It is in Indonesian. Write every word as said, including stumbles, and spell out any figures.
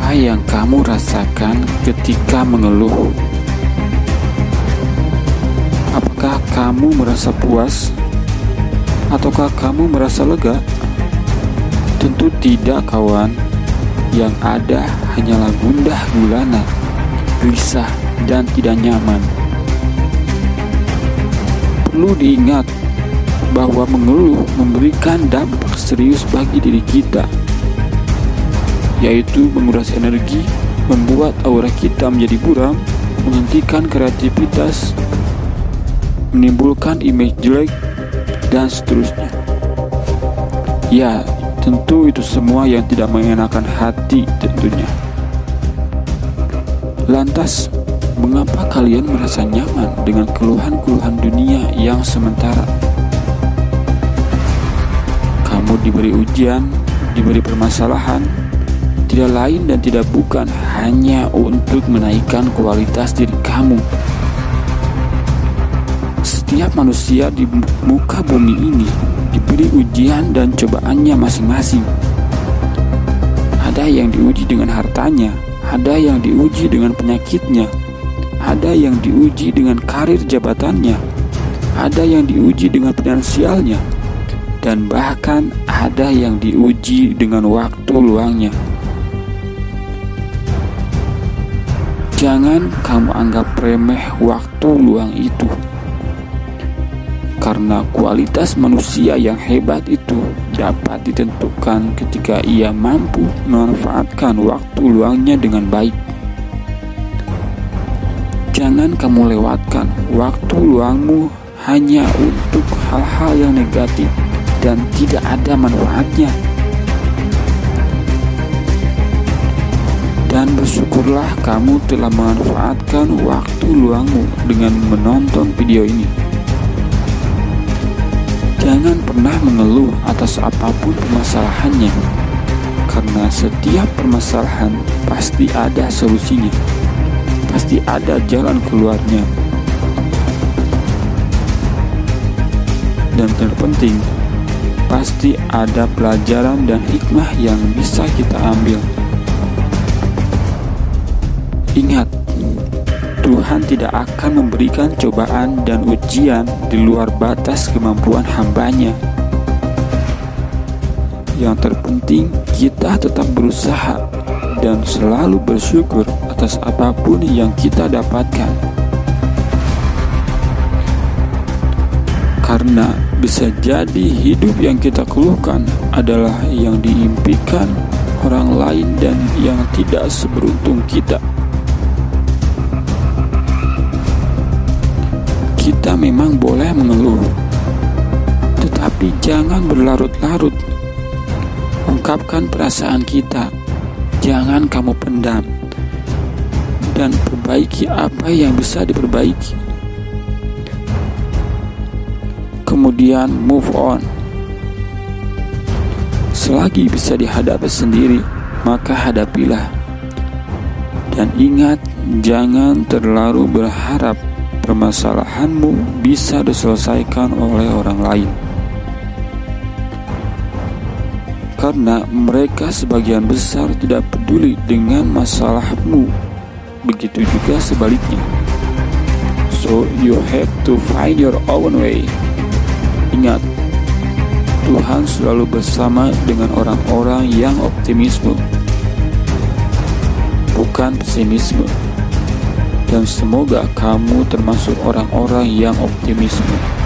apa yang kamu rasakan ketika mengeluh? Apakah kamu merasa puas? Ataukah kamu merasa lega? Tentu tidak, kawan. Yang ada hanyalah gundah gulana, gelisah, dan tidak nyaman. Perlu diingat bahwa mengeluh memberikan dampak serius bagi diri kita, yaitu menguras energi, membuat aura kita menjadi buram, menghentikan kreativitas, menimbulkan image jelek, dan seterusnya. Ya, tentu itu semua yang tidak mengenakan hati tentunya. Lantas, mengapa kalian merasa nyaman dengan keluhan-keluhan dunia yang sementara? Kamu diberi ujian, diberi permasalahan, tidak lain dan tidak bukan hanya untuk menaikkan kualitas diri kamu. Setiap manusia di muka bumi ini diberi ujian dan cobaannya masing-masing. Ada yang diuji dengan hartanya, ada yang diuji dengan penyakitnya, ada yang diuji dengan karir jabatannya, ada yang diuji dengan finansialnya, dan bahkan ada yang diuji dengan waktu luangnya. Jangan kamu anggap remeh waktu luang itu, karena kualitas manusia yang hebat itu dapat ditentukan ketika ia mampu memanfaatkan waktu luangnya dengan baik. Jangan kamu lewatkan waktu luangmu hanya untuk hal-hal yang negatif dan tidak ada manfaatnya. Dan bersyukurlah kamu telah memanfaatkan waktu luangmu dengan menonton video ini. Jangan pernah mengeluh atas apapun permasalahannya, karena setiap permasalahan pasti ada solusinya, pasti ada jalan keluarnya. Dan terpenting, pasti ada pelajaran dan hikmah yang bisa kita ambil. Ingat, Tuhan tidak akan memberikan cobaan dan ujian di luar batas kemampuan hamba-Nya. Yang terpenting, kita tetap berusaha dan selalu bersyukur atas apapun yang kita dapatkan. Karena bisa jadi hidup yang kita keluhkan adalah yang diimpikan orang lain dan yang tidak seberuntung kita. Kita memang boleh mengeluh, tetapi jangan berlarut-larut. Ungkapkan perasaan kita, jangan kamu pendam, dan perbaiki apa yang bisa diperbaiki. Kemudian move on. Selagi bisa dihadapi sendiri, maka hadapilah. Dan ingat, jangan terlalu berharap permasalahanmu bisa diselesaikan oleh orang lain, karena mereka sebagian besar tidak peduli dengan masalahmu. Begitu juga sebaliknya. So you have to find your own way. Ingat, Tuhan selalu bersama dengan orang-orang yang optimisme, bukan pesimisme. Dan semoga kamu termasuk orang-orang yang optimisme.